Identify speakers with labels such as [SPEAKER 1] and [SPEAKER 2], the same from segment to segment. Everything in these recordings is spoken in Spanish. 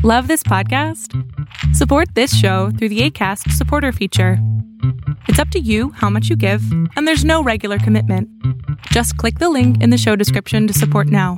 [SPEAKER 1] Love this podcast? Support this show through the Acast supporter feature. It's up to you how much you give, and there's no regular commitment. Just click the link in the show description to support now.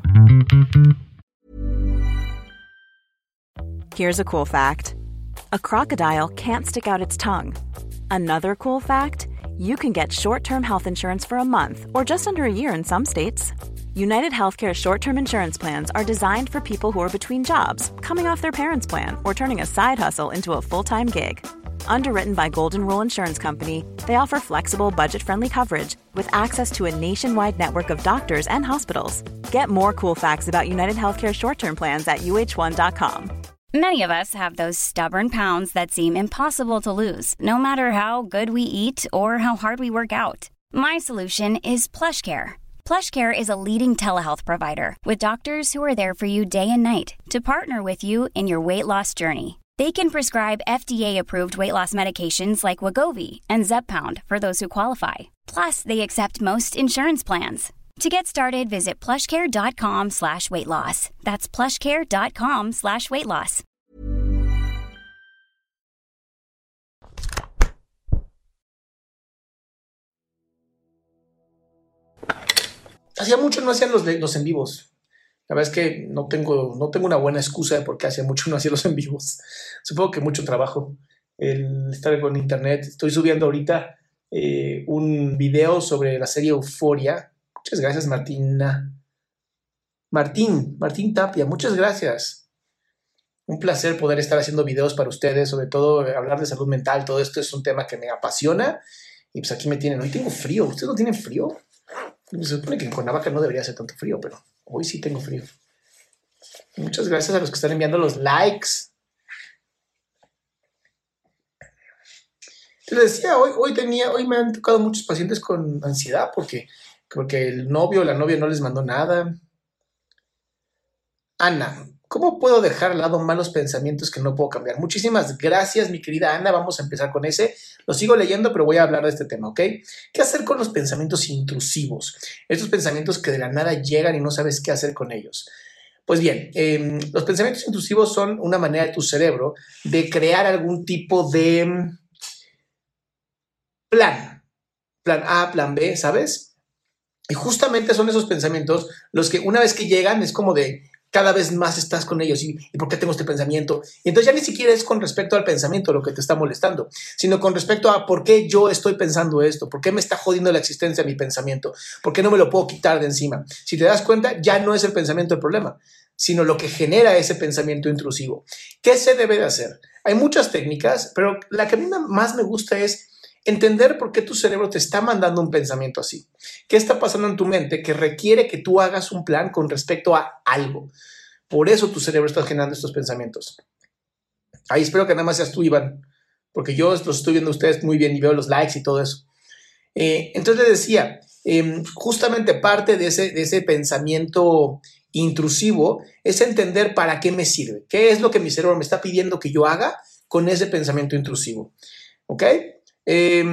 [SPEAKER 2] Here's a cool fact. A crocodile can't stick out its tongue. Another cool fact, you can get short-term health insurance for a month or just under a year in some states. United Healthcare short-term insurance plans are designed for people who are between jobs, coming off their parents' plan, or turning a side hustle into a full-time gig. Underwritten by Golden Rule Insurance Company, they offer flexible, budget-friendly coverage with access to a nationwide network of doctors and hospitals. Get more cool facts about United Healthcare short-term plans at uh1.com.
[SPEAKER 3] Many of us have those stubborn pounds that seem impossible to lose, no matter how good we eat or how hard we work out. My solution is PlushCare. PlushCare is a leading telehealth provider with doctors who are there for you day and night to partner with you in your weight loss journey. They can prescribe FDA-approved weight loss medications like Wegovy and Zepbound for those who qualify. Plus, they accept most insurance plans. To get started, visit plushcare.com/weightloss. That's plushcare.com/weightloss.
[SPEAKER 4] Hacía mucho no hacían los en vivos. La verdad es que no tengo una buena excusa de por qué hacía mucho no hacía los en vivos. Supongo que mucho trabajo el estar con internet. Estoy subiendo ahorita un video sobre la serie Euphoria. Muchas gracias, Martina. Martín Tapia, muchas gracias. Un placer poder estar haciendo videos para ustedes, sobre todo hablar de salud mental. Todo esto es un tema que me apasiona. Y pues aquí me tienen. Hoy tengo frío. ¿Ustedes no tienen frío? Se supone que en Cuernavaca no debería hacer tanto frío, pero hoy sí tengo frío. Muchas gracias a los que están enviando los likes. Te decía, hoy me han tocado muchos pacientes con ansiedad porque el novio o la novia no les mandó nada. Ana, ¿cómo puedo dejar al lado malos pensamientos que no puedo cambiar? Muchísimas gracias, mi querida Ana. Vamos a empezar con ese. Lo sigo leyendo, pero voy a hablar de este tema, ¿ok? ¿Qué hacer con los pensamientos intrusivos? Estos pensamientos que de la nada llegan y no sabes qué hacer con ellos. Pues bien, los pensamientos intrusivos son una manera de tu cerebro de crear algún tipo de plan. Plan A, plan B, ¿sabes? Y justamente son esos pensamientos los que una vez que llegan es como de cada vez más estás con ellos. ¿Y por qué tengo este pensamiento? Y entonces ya ni siquiera es con respecto al pensamiento lo que te está molestando, sino con respecto a por qué yo estoy pensando esto, por qué me está jodiendo la existencia mi pensamiento, por qué no me lo puedo quitar de encima. Si te das cuenta, ya no es el pensamiento el problema, sino lo que genera ese pensamiento intrusivo. ¿Qué se debe de hacer? Hay muchas técnicas, pero la que a mí más me gusta es entender por qué tu cerebro te está mandando un pensamiento así. ¿Qué está pasando en tu mente que requiere que tú hagas un plan con respecto a algo? Por eso tu cerebro está generando estos pensamientos. Ahí espero que nada más seas tú, Iván, porque yo los estoy viendo a ustedes muy bien y veo los likes y todo eso. Entonces les decía, justamente parte de ese pensamiento intrusivo es entender para qué me sirve, qué es lo que mi cerebro me está pidiendo que yo haga con ese pensamiento intrusivo. ¿Ok? Vi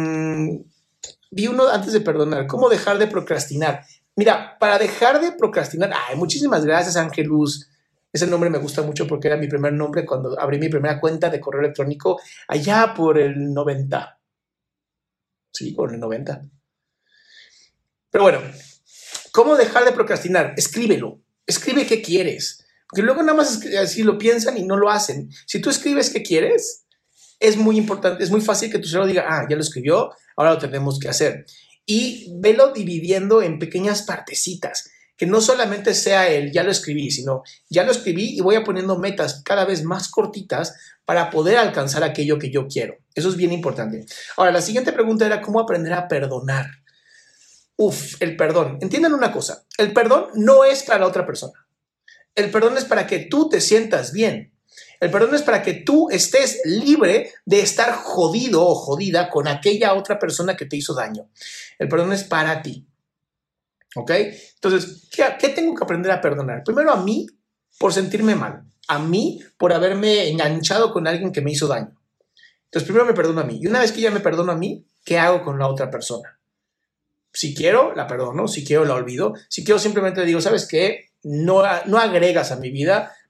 [SPEAKER 4] uno antes de perdonar. ¿Cómo dejar de procrastinar? Mira, para dejar de procrastinar, muchísimas gracias, Angelus. Ese nombre me gusta mucho porque era mi primer nombre cuando abrí mi primera cuenta de correo electrónico allá por el 90. Sí, por el 90. Pero bueno, ¿cómo dejar de procrastinar? Escríbelo. Escribe qué quieres. Porque luego nada más así lo piensan y no lo hacen. Si tú escribes qué quieres, es muy importante, es muy fácil que tu cerebro diga, ya lo escribió, ahora lo tenemos que hacer. Y velo dividiendo en pequeñas partecitas, que no solamente sea ya lo escribí, sino ya lo escribí y voy a poniendo metas cada vez más cortitas para poder alcanzar aquello que yo quiero. Eso es bien importante. Ahora, la siguiente pregunta era, ¿cómo aprender a perdonar? El perdón. Entiendan una cosa, el perdón no es para la otra persona. El perdón es para que tú te sientas bien. El perdón es para que tú estés libre de estar jodido o jodida con aquella otra persona que te hizo daño. El perdón es para ti. ¿Ok? Entonces, ¿qué tengo que aprender a perdonar? Primero a mí por sentirme mal. A mí por haberme enganchado con alguien que me hizo daño. Entonces, primero me perdono a mí. Y una vez que ya me perdono a mí, ¿qué hago con la otra persona? Si quiero, la perdono. Si quiero, la olvido. Si quiero, simplemente digo, ¿sabes qué? No agregas a mi vida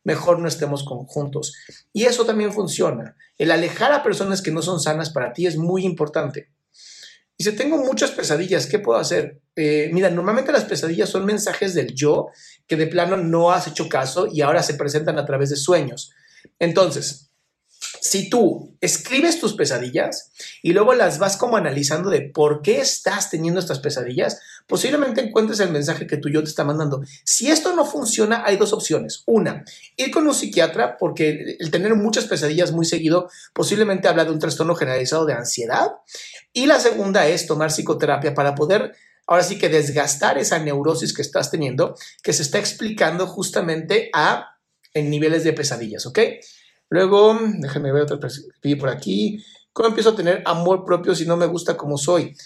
[SPEAKER 4] mejor no estemos juntos. Y eso también funciona. El alejar a personas que no son sanas para ti es muy importante. Dice, tengo muchas pesadillas, ¿qué puedo hacer? Mira, normalmente las pesadillas son mensajes del yo que de plano no has hecho caso y ahora se presentan a través de sueños. Entonces, si tú escribes tus pesadillas y luego las vas como analizando de por qué estás teniendo estas pesadillas, posiblemente encuentres el mensaje que tu yo te está mandando. Si esto no funciona, hay dos opciones. Una, ir con un psiquiatra, porque el tener muchas pesadillas muy seguido posiblemente habla de un trastorno generalizado de ansiedad. Y la segunda es tomar psicoterapia para poder, ahora sí que desgastar esa neurosis que estás teniendo, que se está explicando justamente en niveles de pesadillas, ¿ok? Luego, déjenme ver otra perspectiva por aquí. ¿Cómo empiezo a tener amor propio si no me gusta como soy?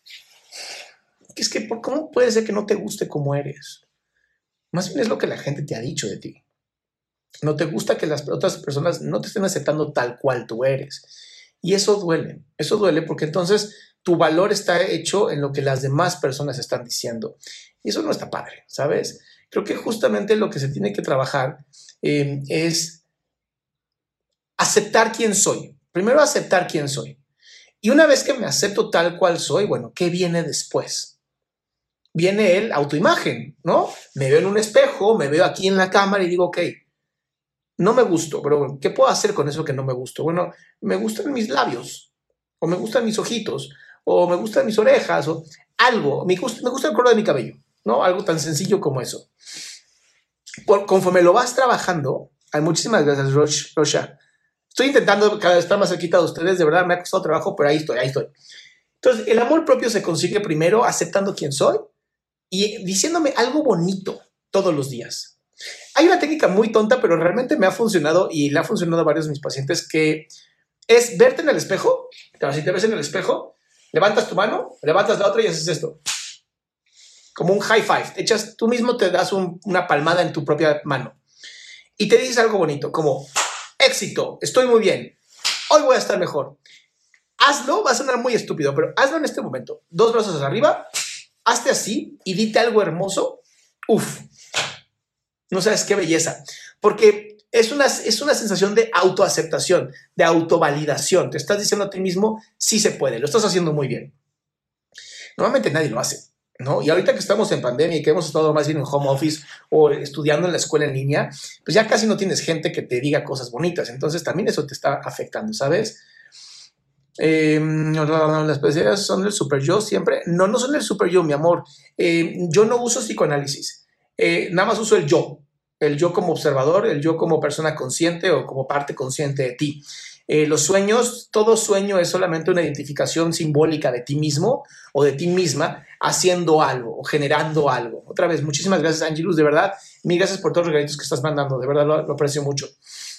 [SPEAKER 4] Es que, ¿cómo puede ser que no te guste como eres? Más bien es lo que la gente te ha dicho de ti. No te gusta que las otras personas no te estén aceptando tal cual tú eres. Y eso duele porque entonces tu valor está hecho en lo que las demás personas están diciendo. Y eso no está padre, ¿sabes? Creo que justamente lo que se tiene que trabajar es aceptar quién soy. Primero aceptar quién soy. Y una vez que me acepto tal cual soy, bueno, ¿qué viene después? Viene el autoimagen, ¿no? Me veo en un espejo, me veo aquí en la cámara y digo, ok, no me gusto, pero ¿qué puedo hacer con eso que no me gusto? Bueno, me gustan mis labios, o me gustan mis ojitos, o me gustan mis orejas, o algo. Me gusta el color de mi cabello, ¿no? Algo tan sencillo como eso. Conforme lo vas trabajando, hay muchísimas gracias, Rocha. Estoy intentando cada vez estar más cerquita de ustedes, de verdad me ha costado trabajo, pero ahí estoy. Entonces, el amor propio se consigue primero aceptando quién soy y diciéndome algo bonito todos los días. Hay una técnica muy tonta, pero realmente me ha funcionado y le ha funcionado a varios de mis pacientes, que es verte en el espejo. Si te ves en el espejo, levantas tu mano, levantas la otra y haces esto. Como un high five. Tú mismo te das una palmada en tu propia mano y te dices algo bonito, como éxito, estoy muy bien, hoy voy a estar mejor. Hazlo, va a sonar muy estúpido, pero hazlo en este momento. 2 brazos hacia arriba, hazte así y dite algo hermoso. Uf, no sabes qué belleza, porque es una sensación de autoaceptación, de autovalidación. Te estás diciendo a ti mismo, sí se puede, lo estás haciendo muy bien. Normalmente nadie lo hace, ¿no? Y ahorita que estamos en pandemia y que hemos estado más bien en home office o estudiando en la escuela en línea, pues ya casi no tienes gente que te diga cosas bonitas. Entonces también eso te está afectando, ¿sabes? Las especialidades son del super yo siempre. No son del super yo, mi amor. Yo no uso psicoanálisis. Nada más uso el yo como observador, el yo como persona consciente o como parte consciente de ti. Los sueños, todo sueño es solamente una identificación simbólica de ti mismo o de ti misma haciendo algo o generando algo. Otra vez, muchísimas gracias, Angelus, de verdad. Mil gracias por todos los regalitos que estás mandando, de verdad lo aprecio mucho.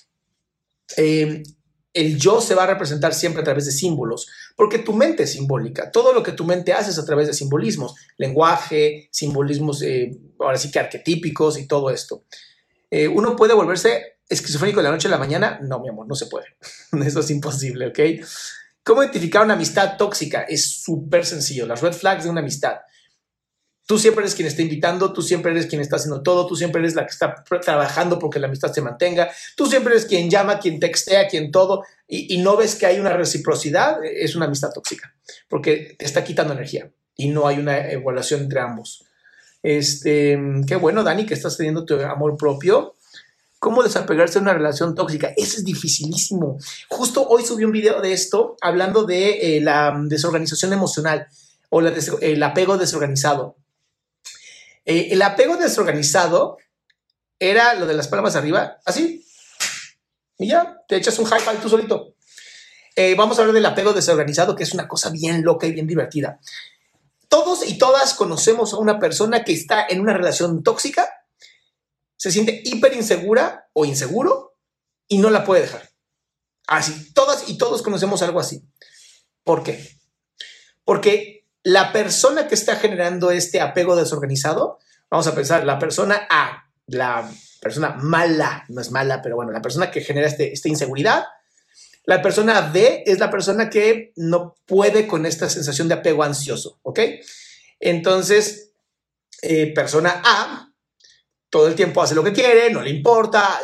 [SPEAKER 4] El yo se va a representar siempre a través de símbolos, porque tu mente es simbólica. Todo lo que tu mente hace es a través de simbolismos, lenguaje, simbolismos, ahora sí que arquetípicos y todo esto. ¿Uno puede volverse esquizofrénico de la noche a la mañana? No, mi amor, no se puede. Eso es imposible, ¿ok? ¿Cómo identificar una amistad tóxica? Es súper sencillo. Las red flags de una amistad. Tú siempre eres quien está invitando, tú siempre eres quien está haciendo todo, tú siempre eres la que está trabajando porque la amistad se mantenga, tú siempre eres quien llama, quien textea, quien todo, y no ves que hay una reciprocidad. Es una amistad tóxica, porque te está quitando energía y no hay una evaluación entre ambos. Qué bueno, Dani, que estás teniendo tu amor propio. ¿Cómo desapegarse de una relación tóxica? Eso es dificilísimo. Justo hoy subí un video de esto hablando de la desorganización emocional o el apego desorganizado. El apego desorganizado era lo de las palmas arriba, así, y ya, te echas un high five tú solito. Vamos a hablar del apego desorganizado, que es una cosa bien loca y bien divertida. Todos y todas conocemos a una persona que está en una relación tóxica, se siente hiper insegura o inseguro y no la puede dejar. Así, todas y todos conocemos algo así. ¿Por qué? Porque la persona que está generando este apego desorganizado, vamos a pensar, la persona A, la persona mala, no es mala, pero bueno, la persona que genera esta inseguridad. La persona B es la persona que no puede con esta sensación de apego ansioso, ¿ok? Entonces, persona A todo el tiempo hace lo que quiere, no le importa,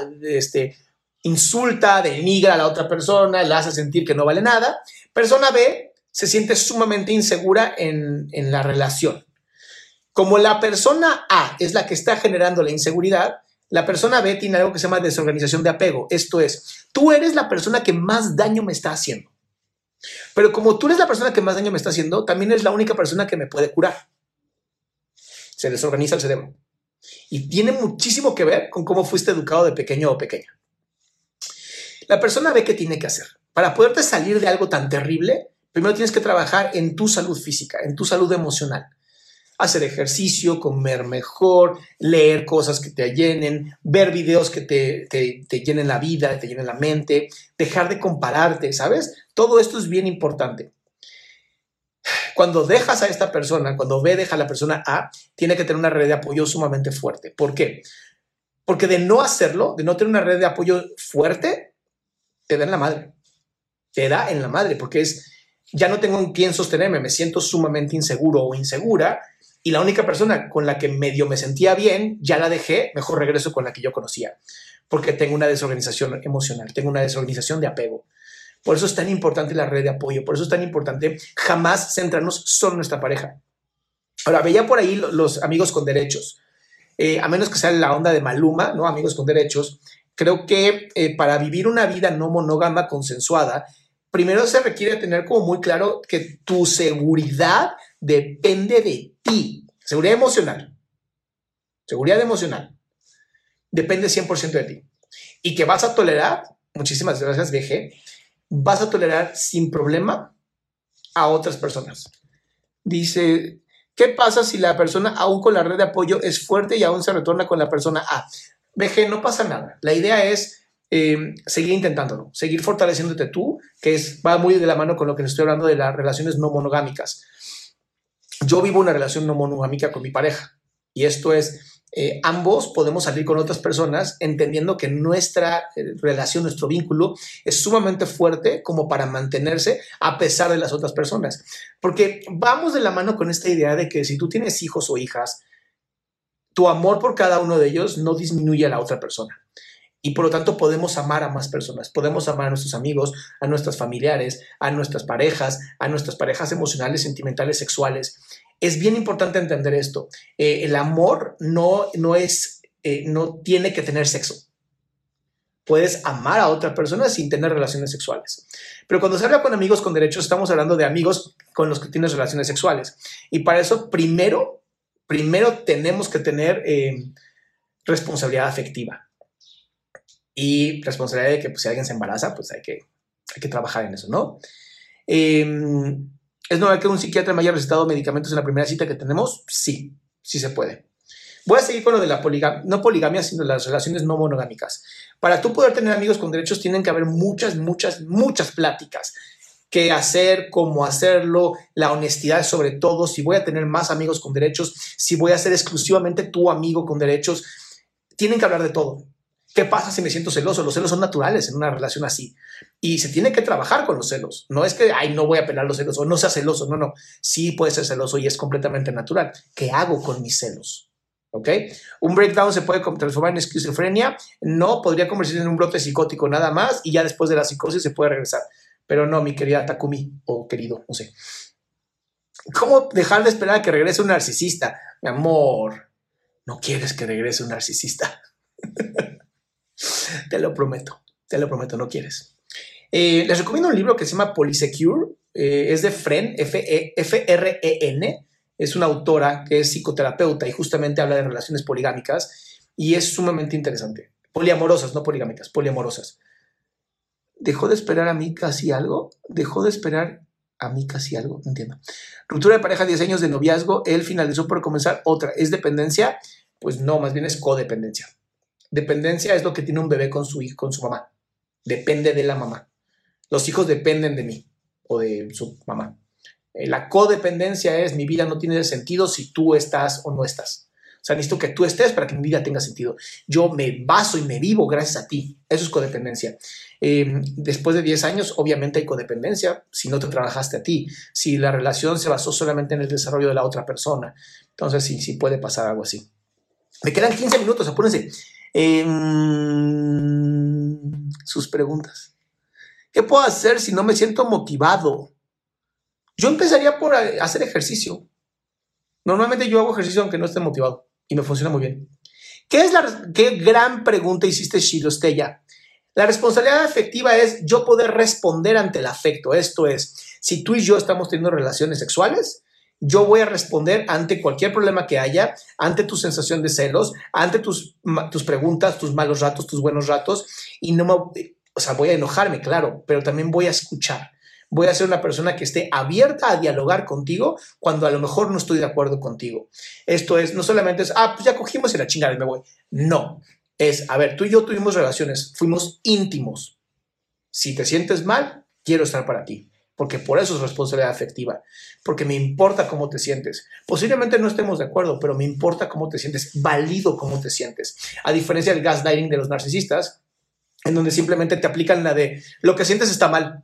[SPEAKER 4] insulta, denigra a la otra persona, la hace sentir que no vale nada. Persona B se siente sumamente insegura en la relación. Como la persona A es la que está generando la inseguridad, la persona B tiene algo que se llama desorganización de apego. Esto es, tú eres la persona que más daño me está haciendo. Pero como tú eres la persona que más daño me está haciendo, también eres la única persona que me puede curar. Se desorganiza el cerebro. Y tiene muchísimo que ver con cómo fuiste educado de pequeño o pequeña. La persona B, ¿qué tiene que hacer? Para poderte salir de algo tan terrible, primero tienes que trabajar en tu salud física, en tu salud emocional. Hacer ejercicio, comer mejor, leer cosas que te llenen, ver videos que te llenen la vida, te llenen la mente, dejar de compararte, ¿sabes? Todo esto es bien importante. Cuando dejas a esta persona, cuando B deja a la persona A, tiene que tener una red de apoyo sumamente fuerte. ¿Por qué? Porque de no hacerlo, de no tener una red de apoyo fuerte, te da en la madre. Te da en la madre, porque es, ya no tengo en quién sostenerme, me siento sumamente inseguro o insegura, y la única persona con la que medio me sentía bien, ya la dejé, mejor regreso con la que yo conocía, porque tengo una desorganización emocional, tengo una desorganización de apego. Por eso es tan importante la red de apoyo, por eso es tan importante jamás centrarnos solo en nuestra pareja. Ahora, veía por ahí los amigos con derechos, a menos que sea la onda de Maluma, ¿no? Amigos con derechos. Creo que para vivir una vida no monógama consensuada, primero se requiere tener como muy claro que tu seguridad depende de ti. Seguridad emocional. Seguridad emocional. Depende 100% de ti. Y que vas a tolerar, muchísimas gracias, VG, vas a tolerar sin problema a otras personas. Dice, ¿qué pasa si la persona, aún con la red de apoyo, es fuerte y aún se retorna con la persona A? VG, no pasa nada. La idea es seguir intentándolo, seguir fortaleciéndote tú, que va muy de la mano con lo que les estoy hablando de las relaciones no monogámicas. Yo vivo una relación no monogámica con mi pareja y esto es, ambos podemos salir con otras personas entendiendo que nuestra relación, nuestro vínculo es sumamente fuerte como para mantenerse a pesar de las otras personas. Porque vamos de la mano con esta idea de que si tú tienes hijos o hijas, tu amor por cada uno de ellos no disminuye a la otra persona. Y por lo tanto podemos amar a más personas, podemos amar a nuestros amigos, a nuestros familiares, a nuestras parejas emocionales, sentimentales, sexuales. Es bien importante entender esto. El amor no tiene que tener sexo. Puedes amar a otra persona sin tener relaciones sexuales. Pero cuando se habla con amigos con derechos, estamos hablando de amigos con los que tienes relaciones sexuales. Y para eso primero tenemos que tener responsabilidad afectiva. Y responsabilidad de que pues, si alguien se embaraza, pues hay que trabajar en eso, ¿no? ¿Es normal que un psiquiatra me haya recetado medicamentos en la primera cita que tenemos? Sí se puede. Voy a seguir con lo de la poligamia, no poligamia, sino las relaciones no monogámicas. Para tú poder tener amigos con derechos tienen que haber muchas pláticas. Qué hacer, cómo hacerlo, la honestidad sobre todo, si voy a tener más amigos con derechos, si voy a ser exclusivamente tu amigo con derechos. Tienen que hablar de todo. ¿Qué pasa si me siento celoso? Los celos son naturales en una relación así. Y se tiene que trabajar con los celos. No es que, no voy a pelar los celos o no sea celoso. No. Sí puede ser celoso y es completamente natural. ¿Qué hago con mis celos? ¿Ok? ¿Un breakdown se puede transformar en esquizofrenia? No, podría convertirse en un brote psicótico nada más y ya después de la psicosis se puede regresar. Pero no, mi querida Takumi o querido, no sé. ¿Cómo dejar de esperar a que regrese un narcisista? Mi amor, no quieres que regrese un narcisista. Te lo prometo, no quieres. Les recomiendo un libro que se llama Polysecure, es de Fren, F-R-E-N, es una autora que es psicoterapeuta y justamente habla de relaciones poligámicas y es sumamente interesante. Poliamorosas, no poligámicas, poliamorosas. ¿Dejó de esperar a mí casi algo? No entiendo. Ruptura de pareja, 10 años de noviazgo, él finalizó por comenzar otra. ¿Es dependencia? Pues no, más bien es codependencia. Dependencia es lo que tiene un bebé con su hijo, con su mamá. Depende de la mamá. Los hijos dependen de mí o de su mamá. La codependencia es mi vida no tiene sentido si tú estás o no estás. O sea, necesito que tú estés para que mi vida tenga sentido. Yo me baso y me vivo gracias a ti. Eso es codependencia. Después de 10 años, obviamente hay codependencia si no te trabajaste a ti. Si la relación se basó solamente en el desarrollo de la otra persona. Entonces sí puede pasar algo así. Me quedan 15 minutos, apúrense. Sus preguntas. ¿Qué puedo hacer si no me siento motivado? Yo empezaría por hacer ejercicio. Normalmente yo hago ejercicio aunque no esté motivado y me funciona muy bien. ¿Qué gran pregunta hiciste, Shilostella? La responsabilidad afectiva es yo poder responder ante el afecto. Esto es, si tú y yo estamos teniendo relaciones sexuales, yo voy a responder ante cualquier problema que haya, ante tu sensación de celos, ante tus preguntas, tus malos ratos, tus buenos ratos, y voy a enojarme, claro, pero también voy a escuchar. Voy a ser una persona que esté abierta a dialogar contigo cuando a lo mejor no estoy de acuerdo contigo. Esto es, no solamente es, pues ya cogimos y la chingada y me voy. No, es, a ver, tú y yo tuvimos relaciones, fuimos íntimos. Si te sientes mal, quiero estar para ti. Porque por eso es responsabilidad afectiva, porque me importa cómo te sientes. Posiblemente no estemos de acuerdo, pero me importa cómo te sientes, valido cómo te sientes. A diferencia del gaslighting de los narcisistas, en donde simplemente te aplican la de lo que sientes está mal.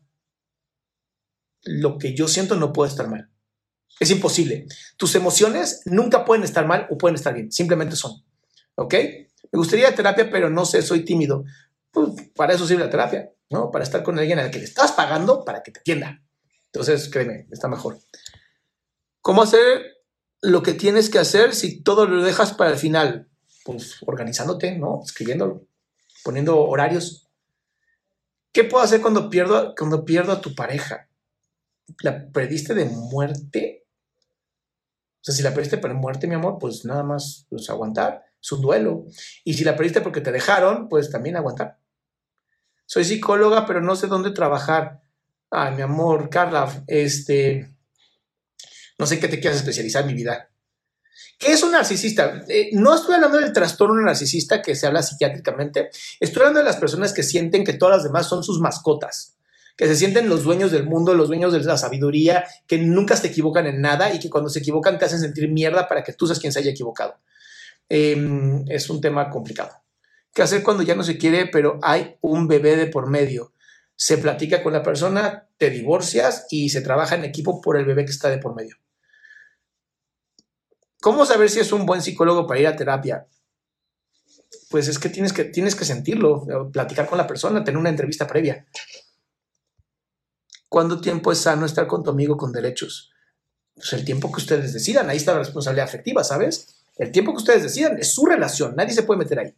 [SPEAKER 4] Lo que yo siento no puede estar mal. Es imposible. Tus emociones nunca pueden estar mal o pueden estar bien, simplemente son. ¿Ok? Me gustaría ir a terapia, pero no sé, soy tímido. Pues para eso sirve la terapia, ¿no? Para estar con alguien al que le estás pagando para que te atienda. Entonces, créeme, está mejor. ¿Cómo hacer lo que tienes que hacer si todo lo dejas para el final? Pues organizándote, ¿no? Escribiéndolo, poniendo horarios. ¿Qué puedo hacer cuando pierdo a tu pareja? ¿La perdiste de muerte? O sea, si la perdiste por muerte, mi amor, pues nada más aguantar. Es un duelo. Y si la perdiste porque te dejaron, pues también aguantar. Soy psicóloga, pero no sé dónde trabajar. Ay, mi amor, Carla, no sé en qué te quieras especializar, mi vida. ¿Qué es un narcisista? No estoy hablando del trastorno narcisista que se habla psiquiátricamente. Estoy hablando de las personas que sienten que todas las demás son sus mascotas, que se sienten los dueños del mundo, los dueños de la sabiduría, que nunca se equivocan en nada y que cuando se equivocan te hacen sentir mierda para que tú seas quien se haya equivocado. Es un tema complicado. ¿Qué hacer cuando ya no se quiere, pero hay un bebé de por medio? Se platica con la persona, te divorcias y se trabaja en equipo por el bebé que está de por medio. ¿Cómo saber si es un buen psicólogo para ir a terapia? Pues es que tienes que sentirlo, platicar con la persona, tener una entrevista previa. ¿Cuánto tiempo es sano estar con tu amigo con derechos? Pues el tiempo que ustedes decidan. Ahí está la responsabilidad afectiva, ¿sabes? El tiempo que ustedes decidan es su relación. Nadie se puede meter ahí.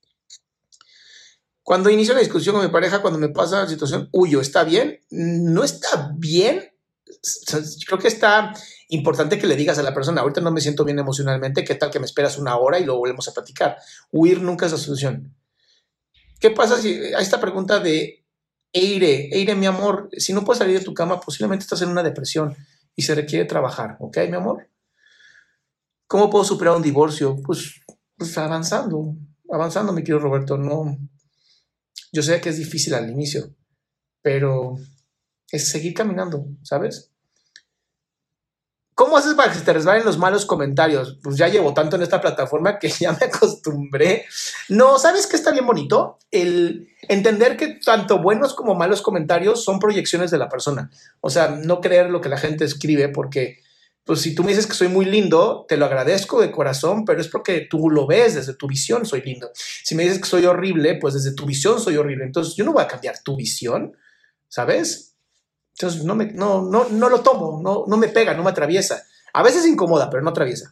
[SPEAKER 4] Cuando inicio la discusión con mi pareja, cuando me pasa la situación, huyo. ¿Está bien? No está bien. Creo que está importante que le digas a la persona, ahorita no me siento bien emocionalmente, ¿qué tal que me esperas una hora y luego volvemos a platicar? Huir nunca es la solución. ¿Qué pasa si a esta pregunta de Eire, mi amor, si no puedes salir de tu cama, posiblemente estás en una depresión y se requiere trabajar, ¿ok, mi amor? ¿Cómo puedo superar un divorcio? Pues avanzando, mi querido Roberto. No, yo sé que es difícil al inicio, pero es seguir caminando, ¿sabes? ¿Cómo haces para que se te resbalen los malos comentarios? Pues ya llevo tanto en esta plataforma que ya me acostumbré. No, ¿sabes qué está bien bonito? El entender que tanto buenos como malos comentarios son proyecciones de la persona. O sea, no creer lo que la gente escribe porque, pues si tú me dices que soy muy lindo, te lo agradezco de corazón, pero es porque tú lo ves desde tu visión, soy lindo. Si me dices que soy horrible, pues desde tu visión soy horrible. Entonces yo no voy a cambiar tu visión, ¿sabes? Entonces no lo tomo, no me pega, no me atraviesa. A veces incomoda, pero no atraviesa.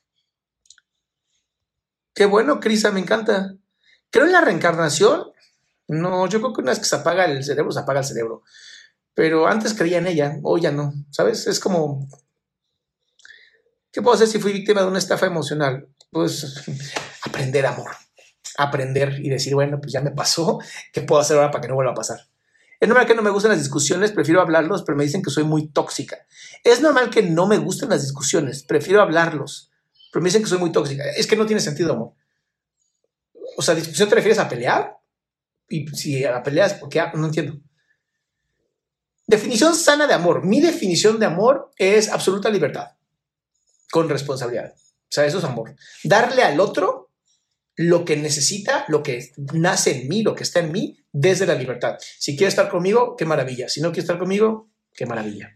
[SPEAKER 4] Qué bueno, Crisa, me encanta. ¿Creo en la reencarnación? No, yo creo que una vez que se apaga el cerebro, se apaga el cerebro. Pero antes creía en ella, hoy ya no, ¿sabes? Es como, ¿qué puedo hacer si fui víctima de una estafa emocional? Pues aprender, amor. Aprender y decir, bueno, pues ya me pasó, ¿qué puedo hacer ahora para que no vuelva a pasar? Es normal que no me gusten las discusiones, prefiero hablarlos, pero me dicen que soy muy tóxica. Es normal que no me gusten las discusiones, prefiero hablarlos, pero me dicen que soy muy tóxica. Es que no tiene sentido, amor. O sea, ¿discusión te refieres a pelear? Y si a peleas, ¿por qué? No entiendo. Definición sana de amor. Mi definición de amor es absoluta libertad, con responsabilidad. O sea, eso es amor. Darle al otro lo que necesita, lo que nace en mí, lo que está en mí, desde la libertad. Si quiere estar conmigo, qué maravilla. Si no quiere estar conmigo, qué maravilla.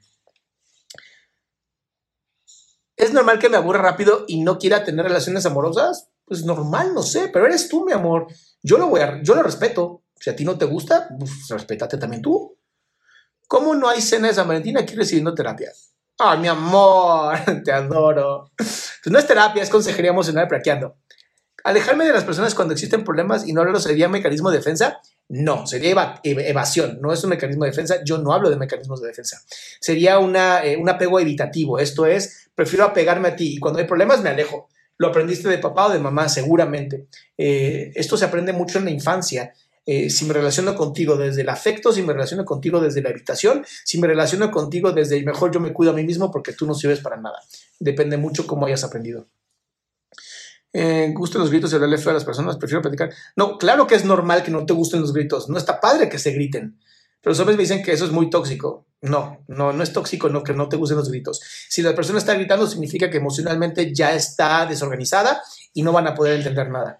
[SPEAKER 4] ¿Es normal que me aburra rápido y no quiera tener relaciones amorosas? pues normal, no sé, pero eres tú, mi amor. Yo lo respeto. Si a ti no te gusta, pues respétate también tú. ¿Cómo no hay cena de San Valentín aquí recibiendo terapia? ¡Ay, mi amor! Te adoro. Pues no es terapia, es consejería emocional plaqueando. ¿Alejarme de las personas cuando existen problemas y no hablarlo sería un mecanismo de defensa? No, sería evasión, no es un mecanismo de defensa. Yo no hablo de mecanismos de defensa. Sería un apego evitativo. Esto es, prefiero apegarme a ti y cuando hay problemas me alejo. Lo aprendiste de papá o de mamá, seguramente. Esto se aprende mucho en la infancia. Si me relaciono contigo desde el afecto, si me relaciono contigo desde la evitación, si me relaciono contigo desde mejor yo me cuido a mí mismo porque tú no sirves para nada. Depende mucho cómo hayas aprendido. ¿Gustan los gritos y hablarle feo a las personas? Prefiero platicar. No, claro que es normal que no te gusten los gritos. No está padre que se griten. Pero los hombres me dicen que eso es muy tóxico. No es tóxico, no, que no te gusten los gritos. Si la persona está gritando, significa que emocionalmente ya está desorganizada y no van a poder entender nada.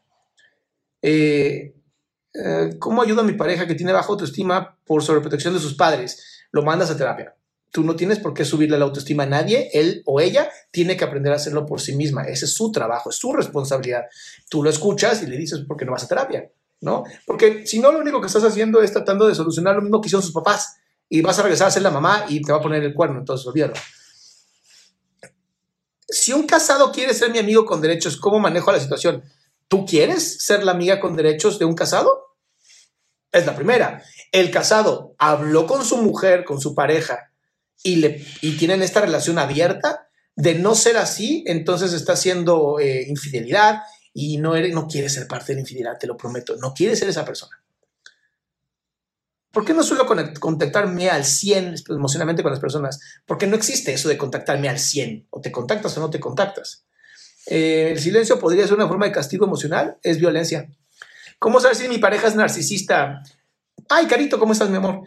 [SPEAKER 4] ¿Cómo ayuda a mi pareja que tiene baja autoestima por sobreprotección de sus padres? Lo mandas a terapia. Tú no tienes por qué subirle la autoestima a nadie. Él o ella tiene que aprender a hacerlo por sí misma. Ese es su trabajo, es su responsabilidad. Tú lo escuchas y le dices, ¿por qué no vas a terapia? ¿No? Porque si no, lo único que estás haciendo es tratando de solucionar lo mismo que hicieron sus papás y vas a regresar a ser la mamá y te va a poner el cuerno, entonces olvídalo. Si un casado quiere ser mi amigo con derechos, ¿cómo manejo la situación? ¿Tú quieres ser la amiga con derechos de un casado? Es la primera. El casado habló con su mujer, con su pareja, y tienen esta relación abierta. De no ser así, entonces está haciendo infidelidad y no quiere ser parte de la infidelidad, te lo prometo. No quiere ser esa persona. ¿Por qué no suelo contactarme al 100 emocionalmente con las personas? Porque no existe eso de contactarme al 100. O te contactas o no te contactas. El silencio podría ser una forma de castigo emocional. Es violencia. ¿Cómo saber si mi pareja es narcisista? Ay, Carito, ¿cómo estás, mi amor?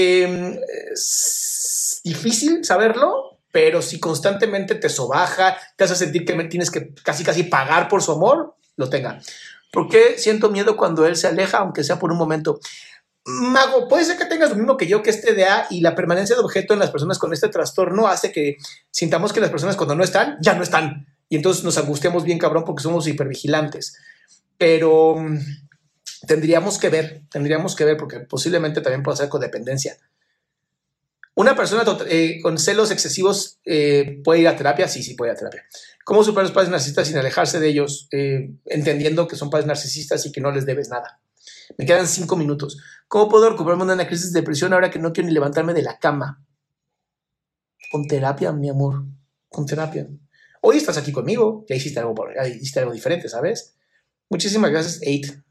[SPEAKER 4] Es difícil saberlo, pero si constantemente te sobaja, te hace sentir que tienes que casi pagar por su amor, lo tenga. ¿Por qué siento miedo cuando él se aleja, aunque sea por un momento? Mago, puede ser que tengas lo mismo que yo, que este TDA y la permanencia de objeto en las personas con este trastorno hace que sintamos que las personas cuando no están, ya no están. Y entonces nos angustiamos bien cabrón porque somos hipervigilantes. Pero tendríamos que ver porque posiblemente también puede ser codependencia. ¿Una persona con celos excesivos puede ir a terapia? Sí, puede ir a terapia. ¿Cómo superar los padres narcisistas sin alejarse de ellos? Entendiendo que son padres narcisistas y que no les debes nada. Me quedan 5 minutos. ¿Cómo puedo recuperarme de una crisis de depresión ahora que no quiero ni levantarme de la cama? Con terapia, mi amor. Con terapia. Hoy estás aquí conmigo. Ya hiciste algo diferente, ¿sabes? Muchísimas gracias, 8.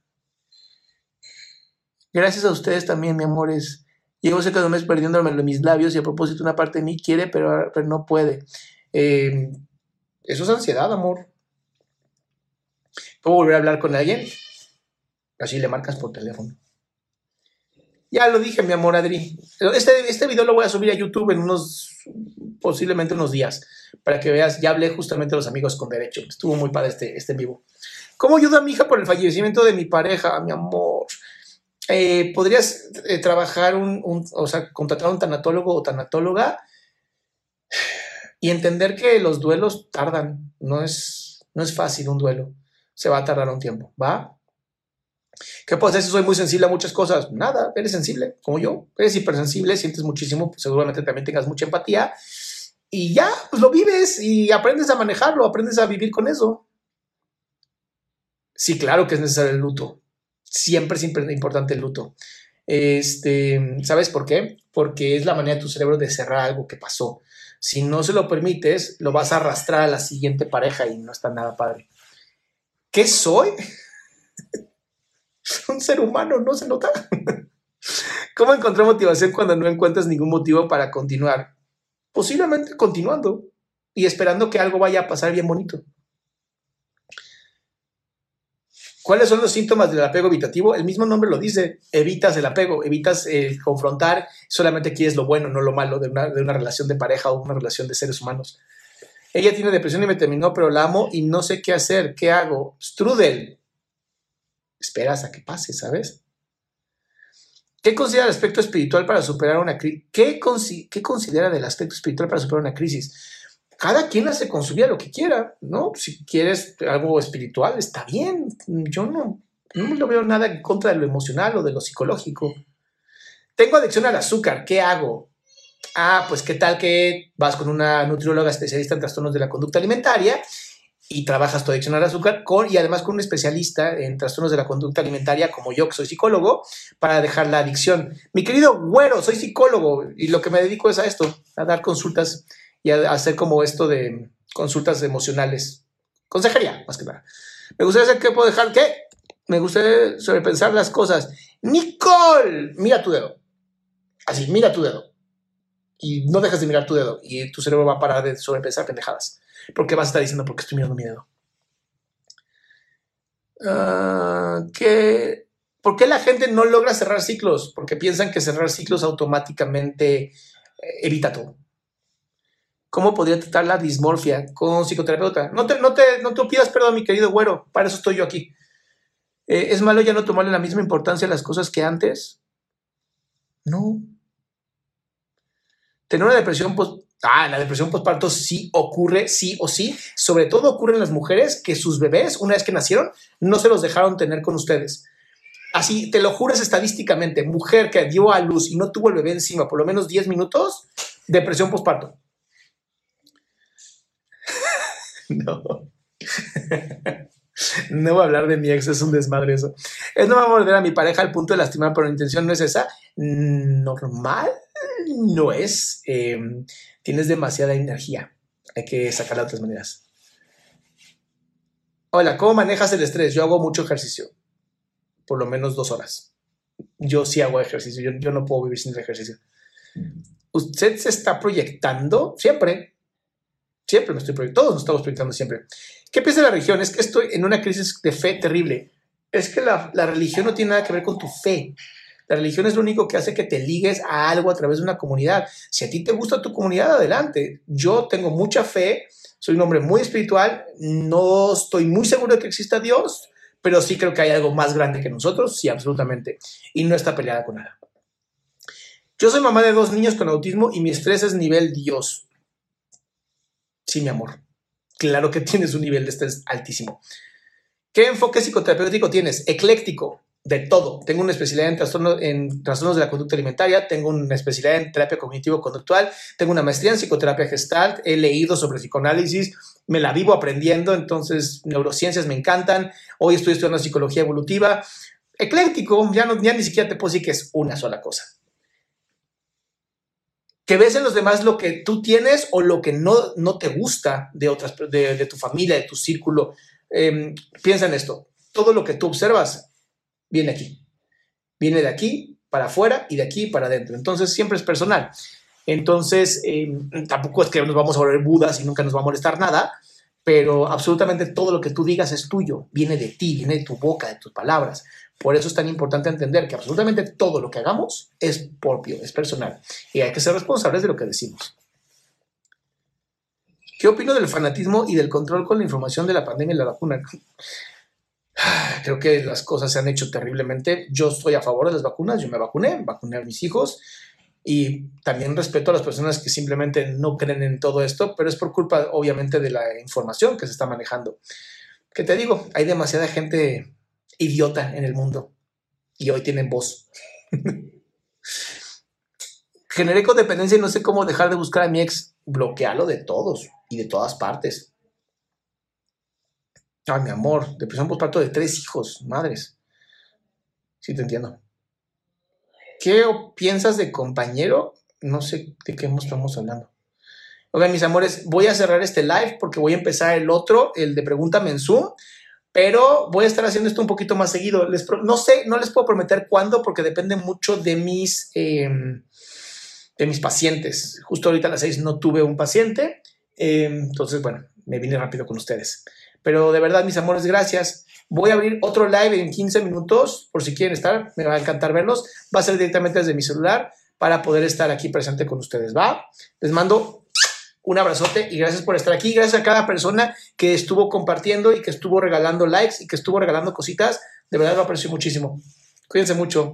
[SPEAKER 4] Gracias a ustedes también, mi amores. Llevo cerca de un mes perdiéndome mis labios y a propósito una parte de mí quiere, pero no puede. Eso es ansiedad, amor. ¿Puedo volver a hablar con alguien? Así le marcas por teléfono. Ya lo dije, mi amor, Adri. Este video lo voy a subir a YouTube en posiblemente unos días, para que veas. Ya hablé justamente de los amigos con derecho. Estuvo muy padre este en vivo. ¿Cómo ayuda a mi hija por el fallecimiento de mi pareja, mi amor? ¿Podrías trabajar contratar a un tanatólogo o tanatóloga y entender que los duelos tardan? No es fácil un duelo. Se va a tardar un tiempo, ¿va? ¿Qué puedo hacer si soy muy sensible a muchas cosas? Nada, eres sensible, como yo. Eres hipersensible, sientes muchísimo, pues seguramente también tengas mucha empatía. Y ya, pues lo vives y aprendes a manejarlo, aprendes a vivir con eso. Sí, claro que es necesario el luto. Siempre es importante el luto. ¿Sabes por qué? Porque es la manera de tu cerebro de cerrar algo que pasó. Si no se lo permites, lo vas a arrastrar a la siguiente pareja y no está nada padre. ¿Qué soy? Un ser humano, ¿no se nota? ¿Cómo encontrar motivación cuando no encuentras ningún motivo para continuar? Posiblemente continuando y esperando que algo vaya a pasar bien bonito. ¿Cuáles son los síntomas del apego evitativo? El mismo nombre lo dice, evitas el apego, evitas confrontar, solamente quieres lo bueno, no lo malo de una relación de pareja o una relación de seres humanos. Ella tiene depresión y me terminó, pero la amo y no sé qué hacer, ¿qué hago? Strudel. Esperas a que pase, ¿sabes? ¿Qué considera el aspecto espiritual para superar una crisis? ¿Qué considera del aspecto espiritual para superar una crisis? cada quien hace con su vida lo que quiera, ¿no? Si quieres algo espiritual, está bien. Yo no veo nada en contra de lo emocional o de lo psicológico. Tengo adicción al azúcar, ¿qué hago? Pues qué tal que vas con una nutrióloga especialista en trastornos de la conducta alimentaria y trabajas tu adicción al azúcar y además con un especialista en trastornos de la conducta alimentaria como yo, que soy psicólogo, para dejar la adicción. Mi querido güero, soy psicólogo y lo que me dedico es a esto, a dar consultas y a hacer como esto de consultas emocionales. Consejería, más que nada. Me gustaría saber qué puedo dejar, ¿qué? Me gustaría sobrepensar las cosas. Nicole, mira tu dedo. Así, mira tu dedo. Y no dejas de mirar tu dedo y tu cerebro va a parar de sobrepensar pendejadas. Porque vas a estar diciendo, ¿por qué estoy mirando mi dedo? ¿Por qué la gente no logra cerrar ciclos? Porque piensan que cerrar ciclos automáticamente evita todo. ¿Cómo podría tratar la dismorfia con psicoterapeuta? No te pidas perdón, mi querido güero. Para eso estoy yo aquí. ¿Es malo ya no tomarle la misma importancia a las cosas que antes? No. Tener una depresión la depresión postparto sí ocurre, sí o sí. Sobre todo ocurre en las mujeres que sus bebés, una vez que nacieron, no se los dejaron tener con ustedes. Así, te lo juras estadísticamente. Mujer que dio a luz y no tuvo el bebé encima por lo menos 10 minutos, depresión postparto. No. No voy a hablar de mi ex, es un desmadre eso. Es no va a morder a mi pareja al punto de lastimar, pero la intención no es esa. Normal no es. Tienes demasiada energía. Hay que sacarla de otras maneras. Hola, ¿cómo manejas el estrés? Yo hago mucho ejercicio. Por lo menos 2 horas. Yo sí hago ejercicio. Yo no puedo vivir sin el ejercicio. ¿Usted se está proyectando? Siempre me estoy proyectando. Todos nos estamos proyectando siempre. ¿Qué piensa de la religión? Es que estoy en una crisis de fe terrible. Es que la religión no tiene nada que ver con tu fe. La religión es lo único que hace que te ligues a algo a través de una comunidad. Si a ti te gusta tu comunidad, adelante. Yo tengo mucha fe, soy un hombre muy espiritual, no estoy muy seguro de que exista Dios, pero sí creo que hay algo más grande que nosotros, sí, absolutamente. Y no está peleada con nada. Yo soy mamá de 2 niños con autismo y mi estrés es nivel Dios. Sí, mi amor. Claro que tienes un nivel de estrés altísimo. ¿Qué enfoque psicoterapéutico tienes? Ecléctico, de todo. Tengo una especialidad en trastornos de la conducta alimentaria, tengo una especialidad en terapia cognitivo-conductual, tengo una maestría en psicoterapia gestalt, he leído sobre psicoanálisis, me la vivo aprendiendo, entonces neurociencias me encantan. Hoy estoy estudiando psicología evolutiva. Ecléctico, ya ni siquiera te puedo decir que es una sola cosa. Que ves en los demás lo que tú tienes o lo que no te gusta de tu familia, de tu círculo. Piensa en esto. Todo lo que tú observas viene aquí. Viene de aquí para afuera y de aquí para adentro. Entonces, siempre es personal. Entonces, tampoco es que nos vamos a volver budas y nunca nos va a molestar nada, pero absolutamente todo lo que tú digas es tuyo. Viene de ti, viene de tu boca, de tus palabras. Por eso es tan importante entender que absolutamente todo lo que hagamos es propio, es personal. Y hay que ser responsables de lo que decimos. ¿Qué opino del fanatismo y del control con la información de la pandemia y la vacuna? Creo que las cosas se han hecho terriblemente. Yo estoy a favor de las vacunas. Yo me vacuné a mis hijos. Y también respeto a las personas que simplemente no creen en todo esto, pero es por culpa, obviamente, de la información que se está manejando. ¿Qué te digo? Hay demasiada gente idiota en el mundo y hoy tienen voz. Generé codependencia y no sé cómo dejar de buscar a mi ex. Bloquearlo de todos y de todas partes. Ay, mi amor, depresión postparto de 3 hijos, madres. Sí, te entiendo. ¿Qué piensas de compañero? No sé de qué estamos hablando. Oigan, mis amores, voy a cerrar este live porque voy a empezar el otro, el de Pregúntame en Zoom. Pero voy a estar haciendo esto un poquito más seguido. No sé, no les puedo prometer cuándo porque depende mucho de mis pacientes. Justo ahorita a las 6 no tuve un paciente. Entonces, bueno, me vine rápido con ustedes. Pero de verdad, mis amores, gracias. Voy a abrir otro live en 15 minutos por si quieren estar. Me va a encantar verlos. Va a ser directamente desde mi celular para poder estar aquí presente con ustedes. ¿Va? Les mando un abrazote y gracias por estar aquí. Gracias a cada persona que estuvo compartiendo y que estuvo regalando likes y que estuvo regalando cositas. De verdad lo aprecio muchísimo. Cuídense mucho.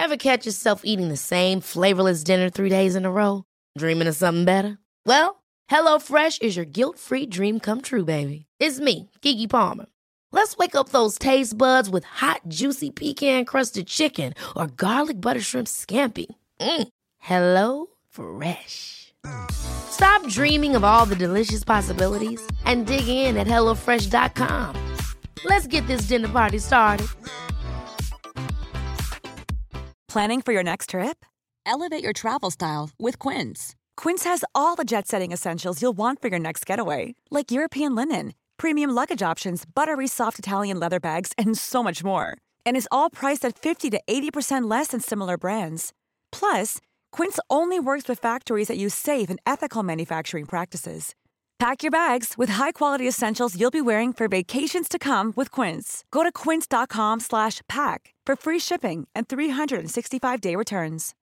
[SPEAKER 5] Ever catch yourself eating the same flavorless dinner 3 days in a row? Dreaming of something better? Well, HelloFresh is your guilt-free dream come true, baby. It's me, Keke Palmer. Let's wake up those taste buds with hot, juicy pecan-crusted chicken or garlic butter shrimp scampi. Hello Fresh. Stop dreaming of all the delicious possibilities and dig in at HelloFresh.com. Let's get this dinner party started.
[SPEAKER 6] Planning for your next trip? Elevate your travel style with Quince. Quince has all the jet-setting essentials you'll want for your next getaway, like European linen, premium luggage options, buttery soft Italian leather bags, and so much more. And is all priced at 50 to 80% less than similar brands. Plus, Quince only works with factories that use safe and ethical manufacturing practices. Pack your bags with high-quality essentials you'll be wearing for vacations to come with Quince. Go to quince.com/pack for free shipping and 365-day returns.